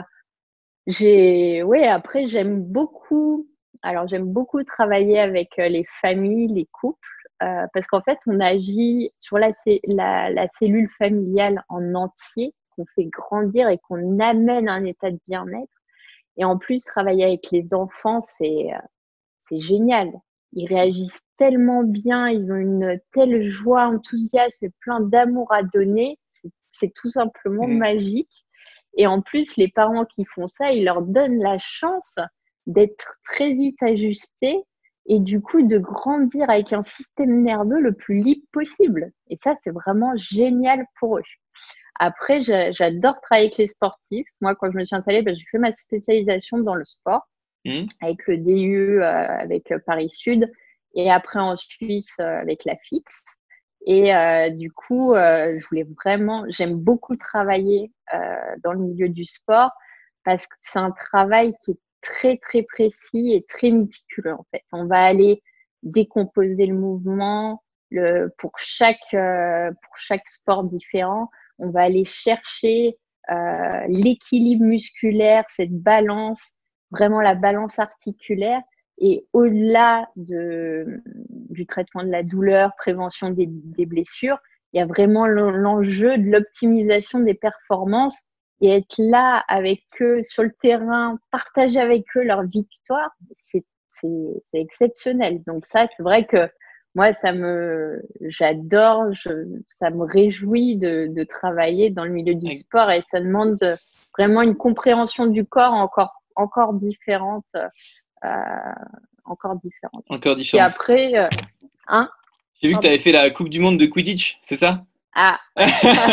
C: après, j'aime beaucoup travailler avec les familles, les couples, parce qu'en fait, on agit sur la cellule familiale en entier, qu'on fait grandir et qu'on amène à un état de bien-être. Et en plus, travailler avec les enfants, c'est génial. Ils réagissent tellement bien, ils ont une telle joie, enthousiasme et plein d'amour à donner. C'est tout simplement magique. Et en plus, les parents qui font ça, ils leur donnent la chance d'être très vite ajustés et du coup de grandir avec un système nerveux le plus libre possible. Et ça, c'est vraiment génial pour eux. Après, j'adore travailler avec les sportifs. Moi, quand je me suis installée, j'ai fait ma spécialisation dans le sport avec le DU avec Paris Sud et après en Suisse avec la FIX. Et du coup, j'aime beaucoup travailler dans le milieu du sport parce que c'est un travail qui est très, très précis et très méticuleux en fait. On va aller décomposer le mouvement pour chaque sport différent. On va aller chercher l'équilibre musculaire, cette balance, vraiment la balance articulaire. Et au-delà du traitement de la douleur, prévention des blessures, il y a vraiment l'enjeu de l'optimisation des performances et être là avec eux sur le terrain, partager avec eux leur victoire, c'est exceptionnel. Donc ça, c'est vrai que moi, j'adore, ça me réjouit de travailler dans le milieu du sport et ça demande vraiment une compréhension du corps encore différente. Encore différente.
B: Encore différente.
C: Et après,
B: j'ai vu que tu avais fait la Coupe du Monde de Quidditch, c'est ça?
C: Ah, ouais.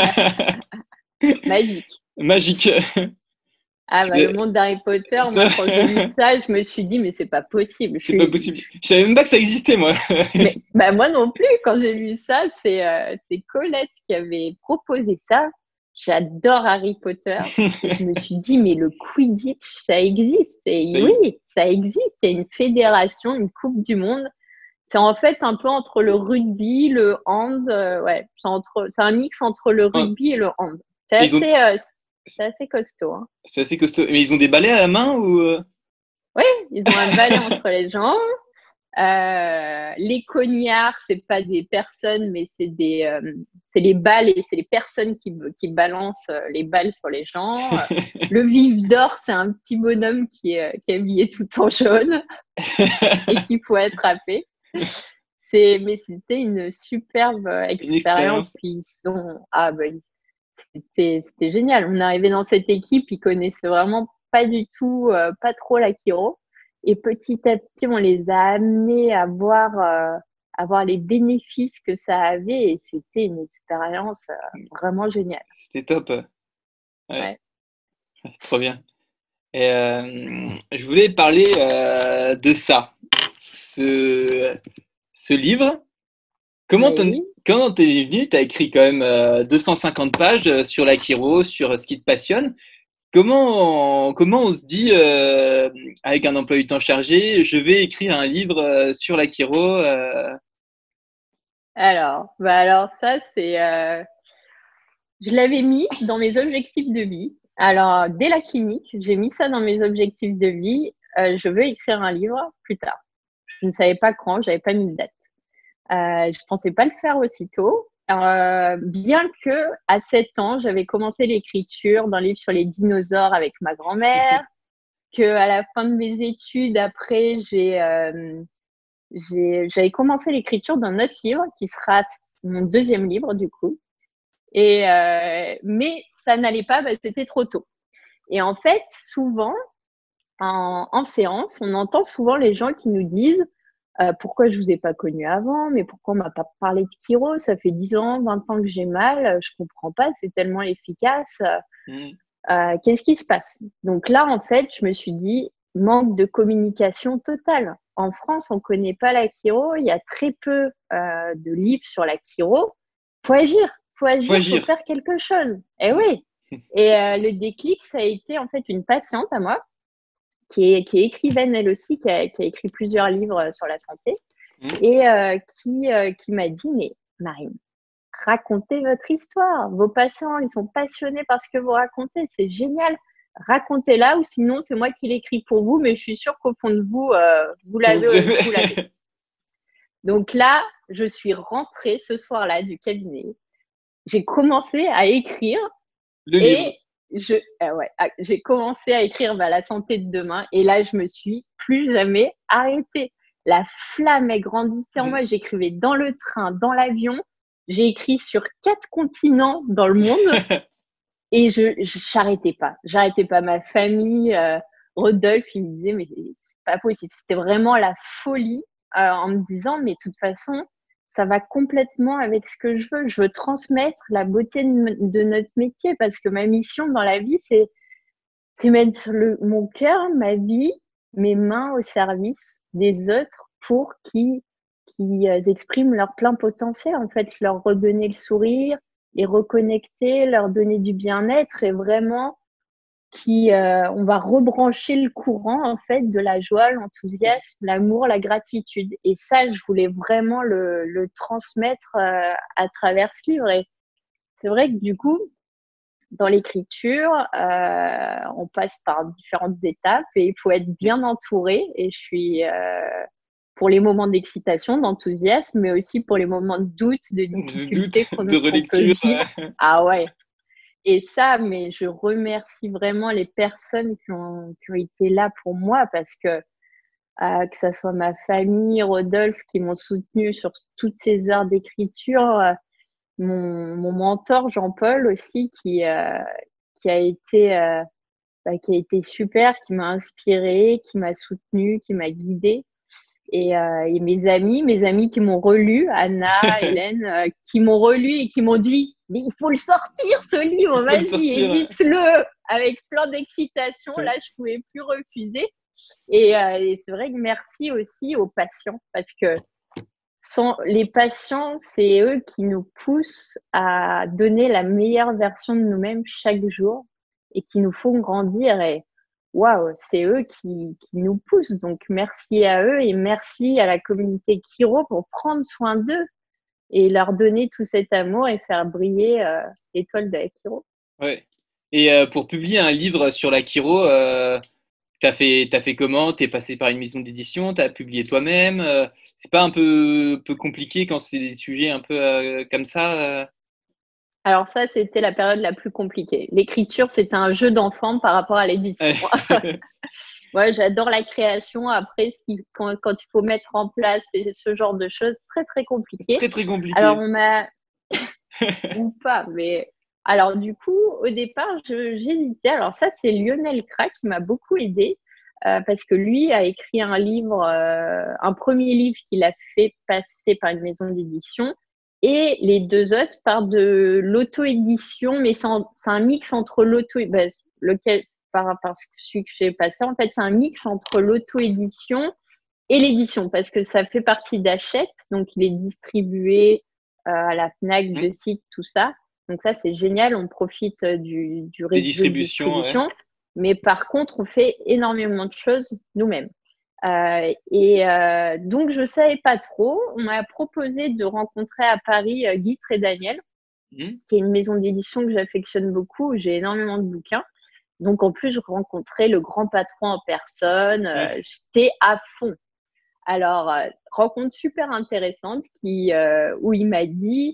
C: Magique.
B: Magique.
C: Le monde d'Harry Potter, moi, quand j'ai lu ça, je me suis dit, mais c'est pas possible.
B: C'est pas possible. Je savais même pas que ça existait, moi.
C: Mais, moi non plus, quand j'ai lu ça, c'est Colette qui avait proposé ça. J'adore Harry Potter. Et je me suis dit, mais le Quidditch, ça existe. Et oui, ça existe. Il y a une fédération, une Coupe du Monde. C'est en fait un peu entre le rugby, le hand. C'est un mix entre le rugby et le hand. C'est assez costaud. Hein.
B: C'est assez costaud. Mais ils ont des balais à la main ou
C: Oui, ils ont un balai entre les jambes. Les cognards, c'est pas des personnes, mais c'est les balles et c'est les personnes qui balancent les balles sur les gens. Le vif d'or, c'est un petit bonhomme qui est habillé tout en jaune et qu'il faut attraper. Mais c'était une superbe expérience. Puis c'était génial. On arrivait dans cette équipe, ils connaissaient vraiment pas du tout, pas trop la chiro. Et petit à petit, on les a amenés à voir les bénéfices que ça avait. Et c'était une expérience vraiment géniale.
B: C'était top. Ouais,
C: Ouais.
B: c'est trop bien. Et je voulais parler de ça. Ce, ce livre,
C: Oui.
B: comment t'es venu? T'as écrit quand même 250 pages sur l'Akiro, sur ce qui te passionne. Comment on se dit, avec un emploi du temps chargé, je vais écrire un livre sur l'Akiro
C: Alors ça, je l'avais mis dans mes objectifs de vie. Alors, dès la clinique, j'ai mis ça dans mes objectifs de vie. Je veux écrire un livre plus tard. Je ne savais pas quand, j'avais pas mis de date. Je pensais pas le faire aussitôt. Bien que à 7 ans, j'avais commencé l'écriture d'un livre sur les dinosaures avec ma grand-mère, que à la fin de mes études, après, j'avais commencé l'écriture d'un autre livre qui sera mon deuxième livre du coup. Mais ça n'allait pas, c'était trop tôt. Et en fait, souvent, en séance, on entend souvent les gens qui nous disent pourquoi je vous ai pas connu avant, mais pourquoi on m'a pas parlé de Kiro, ça fait 10 ans, 20 ans que j'ai mal, je comprends pas, c'est tellement efficace,
B: Mm.
C: qu'est-ce qui se passe? Donc là, en fait, je me suis dit, manque de communication totale. En France, on connaît pas la Kiro, il y a très peu de livres sur la Kiro. Faut agir,
B: Faut
C: faut
B: agir.
C: faire quelque chose. Et
B: Mm.
C: oui. Et le déclic, ça a été en fait une patiente à moi qui est écrivaine elle aussi, qui a écrit plusieurs livres sur la santé
B: Mm.
C: et qui m'a dit, mais Marine, racontez votre histoire. Vos patients, ils sont passionnés par ce que vous racontez. C'est génial. Racontez-la ou sinon, c'est moi qui l'écris pour vous, mais je suis sûre qu'au fond de vous, vous l'avez. Donc là, je suis rentrée ce soir-là du cabinet. J'ai commencé à écrire
B: Le livre.
C: et j'ai commencé à écrire la santé de demain. Et là, je me suis plus jamais arrêtée. La flamme est grandissée en moi. J'écrivais dans le train, dans l'avion. J'ai écrit sur 4 continents dans le monde et je j'arrêtais pas. J'arrêtais pas. Ma famille, Rodolphe, il me disait mais c'est pas possible. C'était vraiment la folie en me disant mais de toute façon ça va complètement avec ce que je veux. Je veux transmettre la beauté de notre métier parce que ma mission dans la vie c'est mettre mon cœur, ma vie, mes mains au service des autres pour qu'ils expriment leur plein potentiel. En fait, leur redonner le sourire, les reconnecter, leur donner du bien-être et vraiment on va rebrancher le courant en fait de la joie, l'enthousiasme, l'amour, la gratitude. Et ça, je voulais vraiment le transmettre à travers ce livre. Et c'est vrai que du coup, dans l'écriture, on passe par différentes étapes et il faut être bien entouré. Et je suis pour les moments d'excitation, d'enthousiasme, mais aussi pour les moments de doute, de
B: Je doute
C: difficulté
B: de
C: qu'on peut
B: relecture.
C: vivre. Ah ouais. Et ça, mais je remercie vraiment les personnes qui ont été là pour moi parce que ça soit ma famille, Rodolphe, qui m'ont soutenu sur toutes ces heures d'écriture, mon mentor Jean-Paul aussi qui a été qui a été super, qui m'a inspiré, qui m'a soutenu, qui m'a guidée. Et mes amis qui m'ont relu, Anna, Hélène, qui m'ont relu et qui m'ont dit mais il faut le sortir ce livre,
B: Il faut le
C: vas-y,
B: sortir.
C: édite-le avec plein d'excitation. Là, je pouvais plus refuser. Et c'est vrai que merci aussi aux patients parce que sans les patients, c'est eux qui nous poussent à donner la meilleure version de nous-mêmes chaque jour et qui nous font grandir. Et waouh, c'est eux qui nous poussent. Donc merci à eux et merci à la communauté Kiro pour prendre soin d'eux et leur donner tout cet amour et faire briller l'étoile de la Kiro.
B: Ouais. Et pour publier un livre sur l'Akiro, t'as fait comment? T'es passé par une maison d'édition? T'as publié toi-même? C'est pas un peu compliqué quand c'est des sujets un peu comme ça?
C: Alors ça, c'était la période la plus compliquée. L'écriture, c'était un jeu d'enfant par rapport à l'édition. Ouais, j'adore la création. Après, quand il faut mettre en place ce genre de choses, très, très
B: C'est
C: compliqué.
B: très très
C: Alors,
B: compliqué.
C: on m'a, ou pas, mais alors du coup, au départ, j'hésitais. Alors ça, c'est Lionel Cra qui m'a beaucoup aidé. parce que lui a écrit un livre, un premier livre qu'il a fait passer par une maison d'édition, et les deux autres par de l'auto-édition, mais c'est un mix entre lequel, par celui que j'ai passé, en fait, c'est un mix entre l'auto-édition et l'édition, parce que ça fait partie d'Hachette, donc il est distribué à la Fnac, de site, tout ça. Donc ça, c'est génial, on profite du réseau de distribution. Ouais. Mais par contre, on fait énormément de choses nous-mêmes. Donc, je savais pas trop. On m'a proposé de rencontrer à Paris Guy Trédaniel, qui est une maison d'édition que j'affectionne beaucoup, où j'ai énormément de bouquins. Donc, en plus, je rencontrais le grand patron en personne. J'étais à fond. Alors, rencontre super intéressante où il m'a dit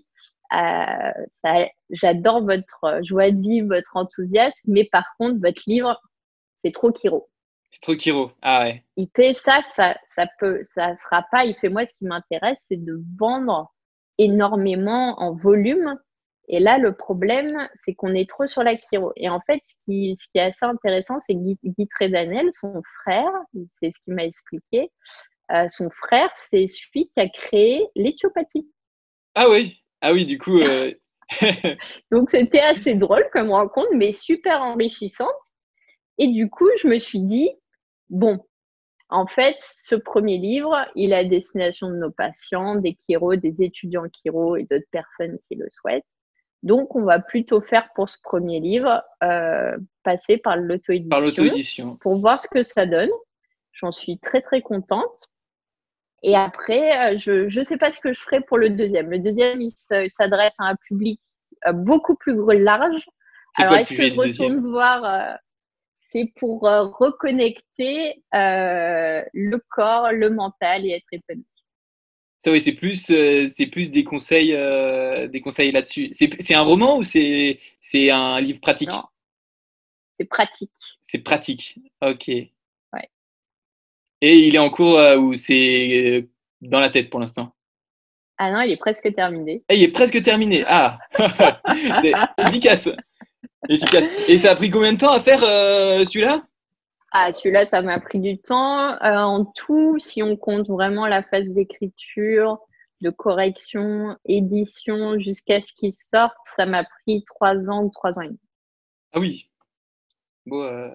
C: j'adore votre joie de vivre, votre enthousiasme, mais par contre, votre livre, c'est trop Kiro.
B: C'est trop Kiro. Ah ouais.
C: Il fait ça sera pas. Il fait moi, ce qui m'intéresse, c'est de vendre énormément en volume. Et là, le problème, c'est qu'on est trop sur la Kiro. Et en fait, ce qui est assez intéressant, c'est Guy Trédaniel, son frère, c'est ce qu'il m'a expliqué. Son frère, c'est celui qui a créé l'éthiopathie.
B: Ah oui, du coup.
C: Donc, c'était assez drôle comme rencontre, mais super enrichissante. Et du coup, je me suis dit, bon, en fait, ce premier livre, il est à destination de nos patients, des chiro, des étudiants chiro et d'autres personnes qui le souhaitent. Donc, on va plutôt faire pour ce premier livre, passer par l'auto-édition, pour voir ce que ça donne. J'en suis très, très contente. Et après, je ne sais pas ce que je ferai pour le deuxième. Le deuxième, il s'adresse à un public beaucoup plus large. Alors, est-ce que je retourne voir c'est pour reconnecter le corps, le mental et être épanoui.
B: Ça oui, c'est plus des conseils là-dessus. C'est un roman ou c'est un livre pratique?
C: Non, c'est pratique.
B: C'est pratique. Ok.
C: Ouais.
B: Et il est en cours ou c'est dans la tête pour l'instant?
C: Ah non, il est presque terminé.
B: Ah, il est presque terminé. Ah, efficace. Efficace. Et ça a pris combien de temps à faire celui-là?
C: Ah, celui-là, ça m'a pris du temps. En tout, si on compte vraiment la phase d'écriture, de correction, édition, jusqu'à ce qu'il sorte, ça m'a pris 3 ans ou 3 ans et demi.
B: Ah oui. Bon,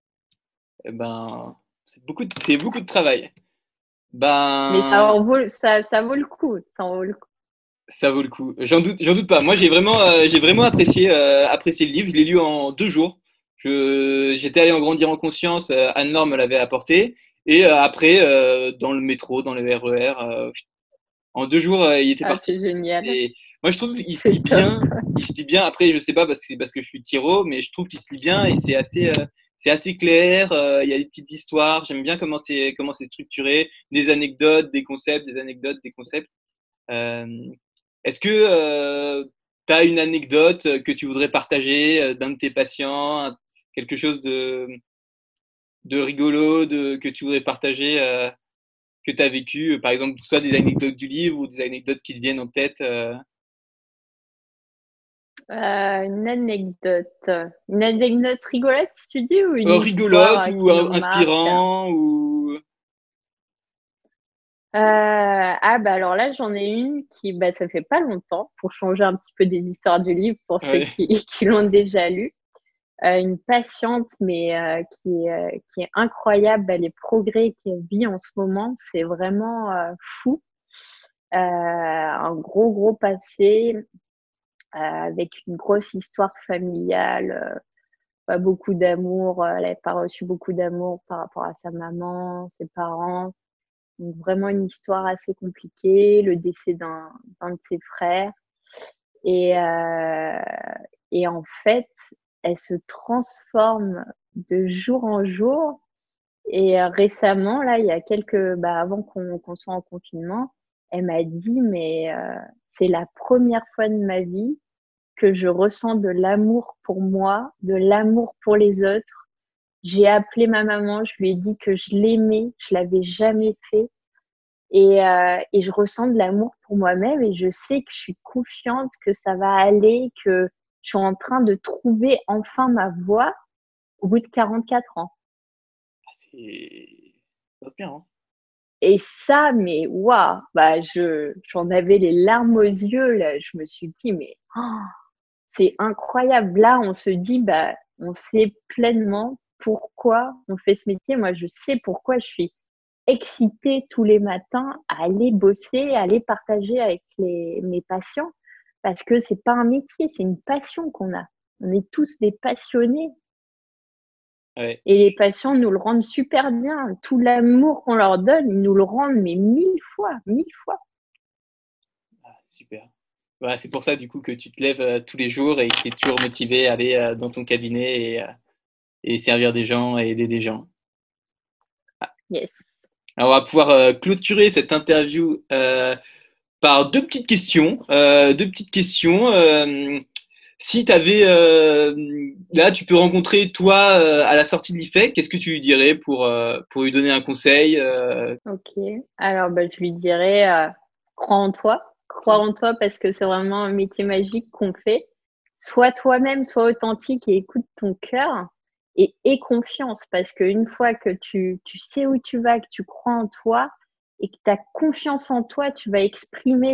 B: c'est beaucoup de travail.
C: Mais ça vaut le coup. Ça vaut le coup.
B: Ça vaut le coup. J'en doute pas. Moi, j'ai vraiment apprécié le livre. Je l'ai lu en 2 jours. J'étais allé en grandir en conscience. Anne-Laure me l'avait apporté. Et après, dans le métro, dans le RER, en 2 jours, il était parti.
C: C'est génial.
B: Moi, je trouve qu'il se lit bien. Il se lit bien. Après, je sais pas parce que c'est parce que je suis Tiro, mais je trouve qu'il se lit bien et c'est assez clair. Il y a des petites histoires. J'aime bien comment c'est structuré. Des anecdotes, des concepts, des anecdotes, des concepts. Est-ce que tu as une anecdote que tu voudrais partager d'un de tes patients, quelque chose de rigolo que tu voudrais partager, que tu as vécu, par exemple, soit des anecdotes du livre ou des anecdotes qui te viennent en tête
C: Une anecdote rigolote, tu dis, ou une
B: rigolote
C: histoire
B: ou inspirant ou
C: alors là, j'en ai une qui, ça fait pas longtemps, pour changer un petit peu des histoires du livre pour ceux qui l'ont déjà lu. Une patiente, mais qui est incroyable, les progrès qu'elle vit en ce moment, c'est vraiment fou. Un gros passé, avec une grosse histoire familiale, pas beaucoup d'amour. Elle n'avait pas reçu beaucoup d'amour par rapport à sa maman, ses parents. Donc vraiment une histoire assez compliquée, le décès d'un de ses frères. Et en fait, elle se transforme de jour en jour. Et récemment, là, il y a avant qu'on soit en confinement, elle m'a dit, mais c'est la première fois de ma vie que je ressens de l'amour pour moi, de l'amour pour les autres. J'ai appelé ma maman, je lui ai dit que je l'aimais, je l'avais jamais fait. Et je ressens de l'amour pour moi-même et je sais que je suis confiante, que ça va aller, que je suis en train de trouver enfin ma voie au bout de 44 ans.
B: Ça se bien, hein.
C: Et ça, mais waouh, bah j'en avais les larmes aux yeux là. Je me suis dit mais c'est incroyable. Là, on se dit bah on sait pleinement pourquoi on fait ce métier. Moi, je sais pourquoi je suis excitée tous les matins à aller bosser, à aller partager avec mes patients, parce que c'est pas un métier, c'est une passion qu'on a. On est tous des passionnés.
B: Ouais.
C: Et les patients nous le rendent super bien. Tout l'amour qu'on leur donne, ils nous le rendent, mais 1000 fois, 1000 fois.
B: Ah, super. Voilà, c'est pour ça, du coup, que tu te lèves tous les jours et que tu es toujours motivé à aller dans ton cabinet et servir des gens et aider des gens.
C: Yes.
B: Alors, on va pouvoir clôturer cette interview par deux petites questions. Si tu avais, là, tu peux rencontrer toi à la sortie de l'IFEC, qu'est-ce que tu lui dirais pour lui donner un conseil
C: Ok. Alors, bah, je lui dirais, crois en toi. Crois en toi parce que c'est vraiment un métier magique qu'on fait. Sois toi-même, sois authentique et écoute ton cœur et aie confiance parce qu'une fois que tu sais où tu vas, que tu crois en toi et que tu as confiance en toi, tu vas exprimer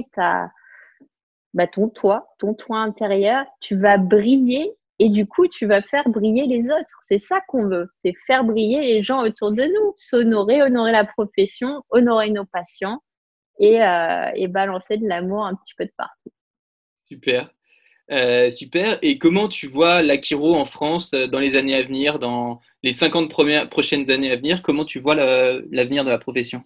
C: ton toi intérieur, tu vas briller et du coup, tu vas faire briller les autres. C'est ça qu'on veut, c'est faire briller les gens autour de nous, s'honorer, honorer la profession, honorer nos patients et balancer de l'amour un petit peu de partout.
B: Super. Super. Et comment tu vois l'Akiro en France dans les années à venir, dans les 50 prochaines années à venir? Comment tu vois l'avenir de la profession?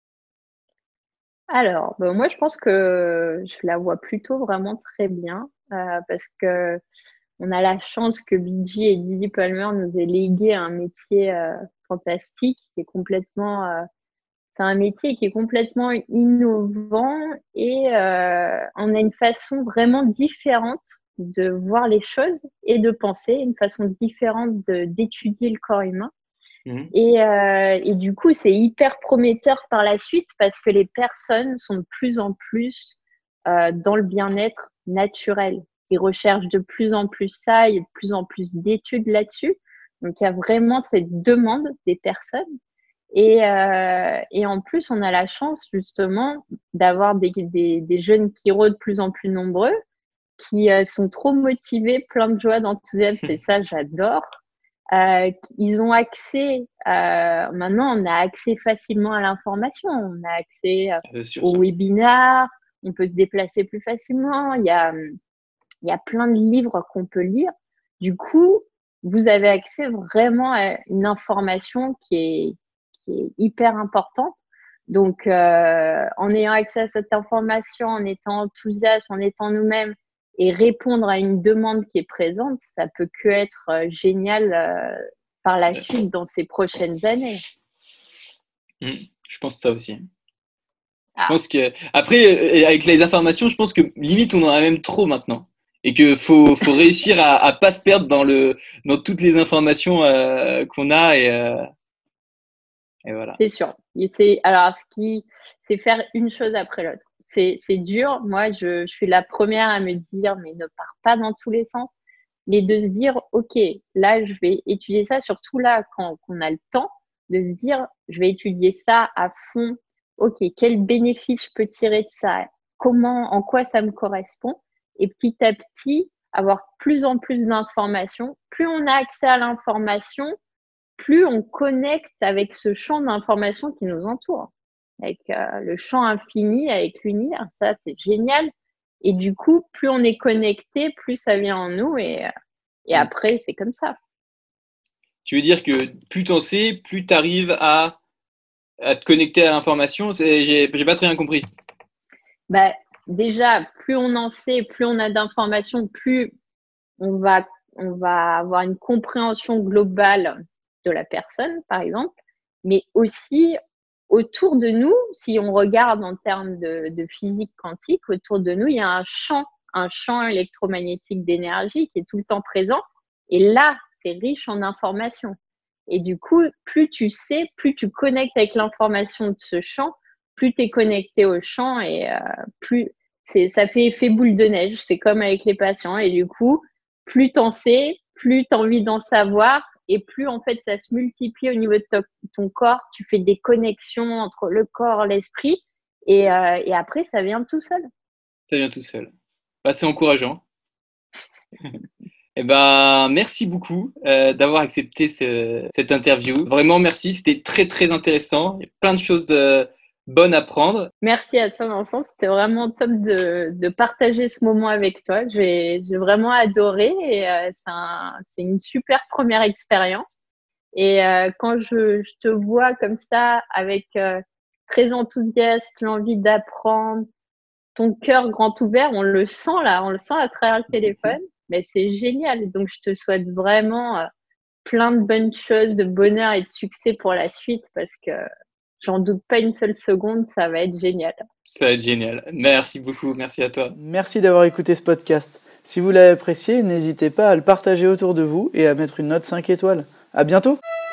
C: Alors, ben, moi, je pense que je la vois plutôt vraiment très bien parce que on a la chance que BG et Didi Palmer nous aient légué un métier fantastique qui est complètement c'est un métier qui est complètement innovant et on a une façon vraiment différente de voir les choses et de penser, une façon différente d'étudier le corps humain.
B: Mhm.
C: Et du coup, c'est hyper prometteur par la suite parce que les personnes sont de plus en plus dans le bien-être naturel. Ils recherchent de plus en plus ça, il y a de plus en plus d'études là-dessus. Donc, il y a vraiment cette demande des personnes. Et en plus, on a la chance justement d'avoir des jeunes chiro de plus en plus nombreux qui sont trop motivés, plein de joie, d'enthousiasme. Et ça, j'adore. Ils ont accès, maintenant, on a accès facilement à l'information. On a accès
B: Sur
C: aux
B: ça.
C: webinars, on peut se déplacer plus facilement. Il y a plein de livres qu'on peut lire. Du coup, vous avez accès vraiment à une information qui est hyper importante. Donc, en ayant accès à cette information, en étant enthousiaste, en étant nous-mêmes et répondre à une demande qui est présente, ça peut que être génial par la suite dans ces prochaines années.
B: Je pense ça aussi. Je
C: Ah,
B: pense que après, avec les informations, je pense que limite on en a même trop maintenant et que faut réussir à pas se perdre dans toutes les informations qu'on a et voilà.
C: c'est sûr. Alors, c'est faire une chose après l'autre. C'est dur. Moi, je suis la première à me dire, mais ne pars pas dans tous les sens. Mais de se dire, OK, là, je vais étudier ça, surtout là, quand on a le temps, de se dire, je vais étudier ça à fond. OK, quel bénéfice je peux tirer de ça? En quoi ça me correspond? Et petit à petit, avoir plus en plus d'informations. Plus on a accès à l'information, plus on connecte avec ce champ d'information qui nous entoure, avec le champ infini, avec l'univers. Ça, c'est génial. Et du coup, plus on est connecté, plus ça vient en nous et
B: Mm.
C: après, c'est comme ça.
B: Tu veux dire que plus t'en sais, plus t'arrives à te connecter à l'information. J'ai pas très bien compris.
C: Bah, déjà, plus on en sait, plus on a d'informations, plus on va, on va avoir une compréhension globale de la personne, par exemple, mais aussi autour de nous, si on regarde en termes de physique quantique, autour de nous, il y a un champ électromagnétique d'énergie qui est tout le temps présent. Et là, c'est riche en informations. Et du coup, plus tu sais, plus tu connectes avec l'information de ce champ, plus tu es connecté au champ et plus ça fait effet boule de neige. C'est comme avec les patients. Et du coup, plus t'en sais, plus t'as envie d'en savoir et plus en fait ça se multiplie au niveau de ton corps. Tu fais des connexions entre le corps, l'esprit, et après ça vient tout seul.
B: Ça vient tout seul. Bah, c'est encourageant. Eh ben, merci beaucoup d'avoir accepté cette interview. Vraiment, merci. C'était très, très intéressant. Il y a plein de choses bonnes à prendre.
C: Merci à toi, Vincent. C'était vraiment top de partager ce moment avec toi. J'ai vraiment adoré et c'est une super première expérience. Et quand je te vois comme ça, avec très enthousiaste, l'envie d'apprendre, ton cœur grand ouvert, on le sent là, on le sent à travers le téléphone. Mais c'est génial. Donc, je te souhaite vraiment plein de bonnes choses, de bonheur et de succès pour la suite parce que j'en doute pas une seule seconde, ça va être génial.
B: Ça va être génial. Merci beaucoup. Merci à toi.
A: Merci d'avoir écouté ce podcast. Si vous l'avez apprécié, n'hésitez pas à le partager autour de vous et à mettre une note 5 étoiles. À bientôt!